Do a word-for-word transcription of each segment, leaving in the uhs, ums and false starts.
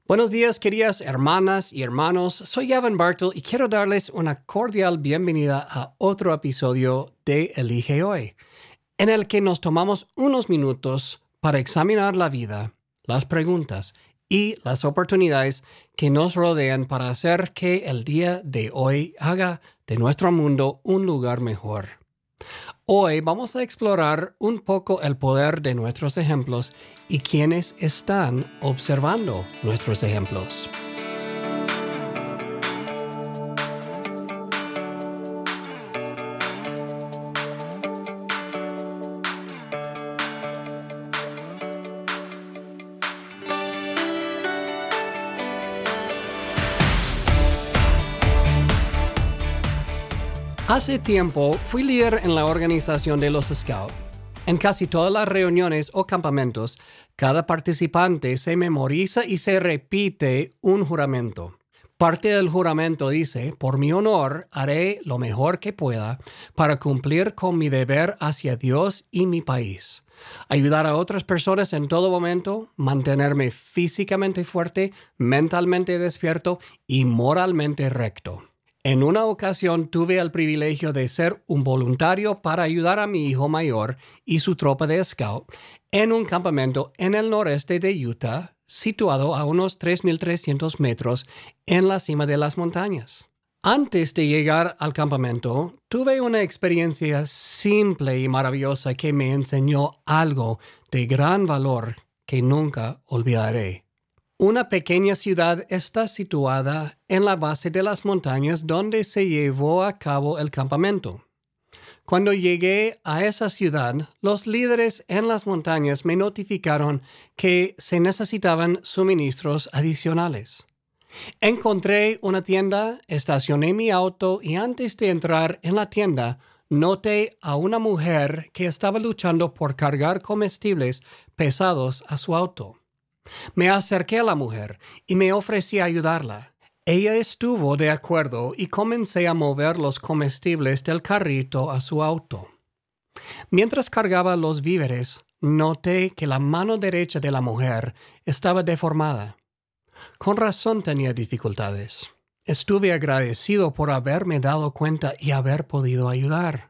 Buenos días, queridas hermanas y hermanos. Soy Gavin Bartle y quiero darles una cordial bienvenida a otro episodio de Elige Hoy, en el que nos tomamos unos minutos para examinar la vida, las preguntas y las oportunidades que nos rodean para hacer que el día de hoy haga de nuestro mundo un lugar mejor. Hoy vamos a explorar un poco el poder de nuestros ejemplos y quienes están observando nuestros ejemplos. Hace tiempo fui líder en la organización de los Scouts. En casi todas las reuniones o campamentos, cada participante se memoriza y se repite un juramento. Parte del juramento dice: por mi honor haré lo mejor que pueda para cumplir con mi deber hacia Dios y mi país. Ayudar a otras personas en todo momento, mantenerme físicamente fuerte, mentalmente despierto y moralmente recto. En una ocasión tuve el privilegio de ser un voluntario para ayudar a mi hijo mayor y su tropa de scout en un campamento en el noreste de Utah, situado a unos tres mil trescientos metros en la cima de las montañas. Antes de llegar al campamento, tuve una experiencia simple y maravillosa que me enseñó algo de gran valor que nunca olvidaré. Una pequeña ciudad está situada en la base de las montañas donde se llevó a cabo el campamento. Cuando llegué a esa ciudad, los líderes en las montañas me notificaron que se necesitaban suministros adicionales. Encontré una tienda, estacioné mi auto y antes de entrar en la tienda, noté a una mujer que estaba luchando por cargar comestibles pesados a su auto. Me acerqué a la mujer y me ofrecí a ayudarla. Ella estuvo de acuerdo y comencé a mover los comestibles del carrito a su auto. Mientras cargaba los víveres, noté que la mano derecha de la mujer estaba deformada. Con razón tenía dificultades. Estuve agradecido por haberme dado cuenta y haber podido ayudar.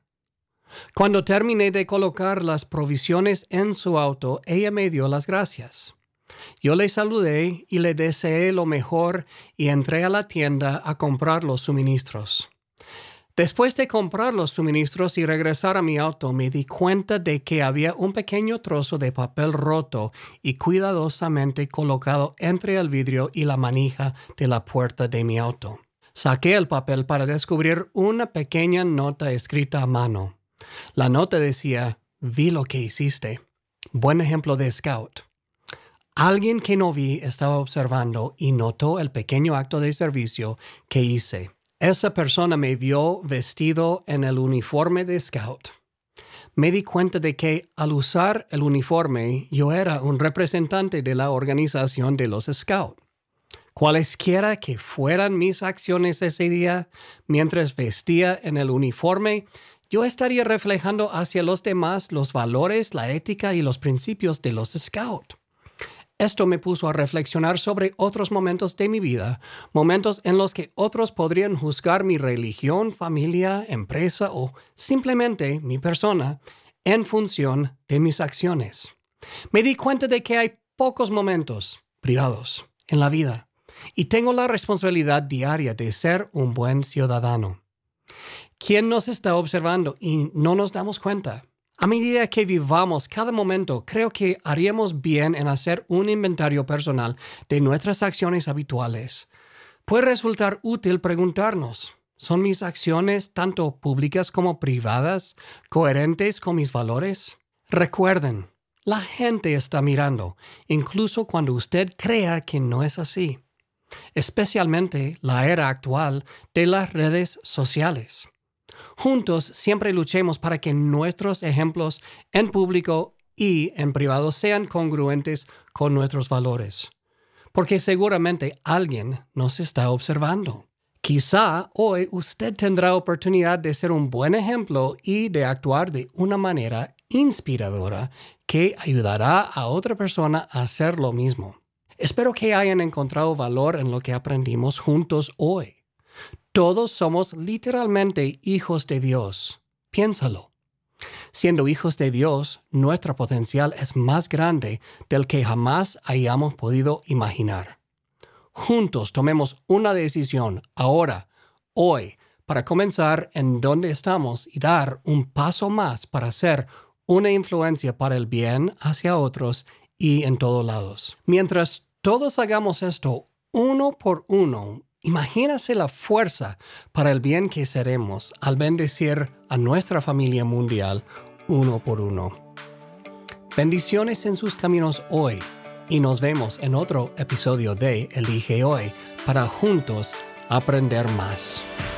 Cuando terminé de colocar las provisiones en su auto, ella me dio las gracias. Yo le saludé y le deseé lo mejor y entré a la tienda a comprar los suministros. Después de comprar los suministros y regresar a mi auto, me di cuenta de que había un pequeño trozo de papel roto y cuidadosamente colocado entre el vidrio y la manija de la puerta de mi auto. Saqué el papel para descubrir una pequeña nota escrita a mano. La nota decía: vi lo que hiciste. Buen ejemplo de scout. Alguien que no vi estaba observando y notó el pequeño acto de servicio que hice. Esa persona me vio vestido en el uniforme de scout. Me di cuenta de que al usar el uniforme yo era un representante de la organización de los scouts. Cualesquiera que fueran mis acciones ese día, mientras vestía en el uniforme, yo estaría reflejando hacia los demás los valores, la ética y los principios de los scouts. Esto me puso a reflexionar sobre otros momentos de mi vida, momentos en los que otros podrían juzgar mi religión, familia, empresa o simplemente mi persona en función de mis acciones. Me di cuenta de que hay pocos momentos privados en la vida y tengo la responsabilidad diaria de ser un buen ciudadano. ¿Quién nos está observando y no nos damos cuenta? A medida que vivamos cada momento, creo que haríamos bien en hacer un inventario personal de nuestras acciones habituales. Puede resultar útil preguntarnos: ¿son mis acciones, tanto públicas como privadas, coherentes con mis valores? Recuerden, la gente está mirando, incluso cuando usted crea que no es así. Especialmente la era actual de las redes sociales. Juntos siempre luchemos para que nuestros ejemplos en público y en privado sean congruentes con nuestros valores, porque seguramente alguien nos está observando. Quizá hoy usted tendrá oportunidad de ser un buen ejemplo y de actuar de una manera inspiradora que ayudará a otra persona a hacer lo mismo. Espero que hayan encontrado valor en lo que aprendimos juntos hoy. Todos somos literalmente hijos de Dios. Piénsalo. Siendo hijos de Dios, nuestro potencial es más grande del que jamás hayamos podido imaginar. Juntos tomemos una decisión ahora, hoy, para comenzar en donde estamos y dar un paso más para ser una influencia para el bien hacia otros y en todos lados. Mientras todos hagamos esto uno por uno, imagínase la fuerza para el bien que seremos al bendecir a nuestra familia mundial uno por uno. Bendiciones en sus caminos hoy y nos vemos en otro episodio de Elige Hoy para juntos aprender más.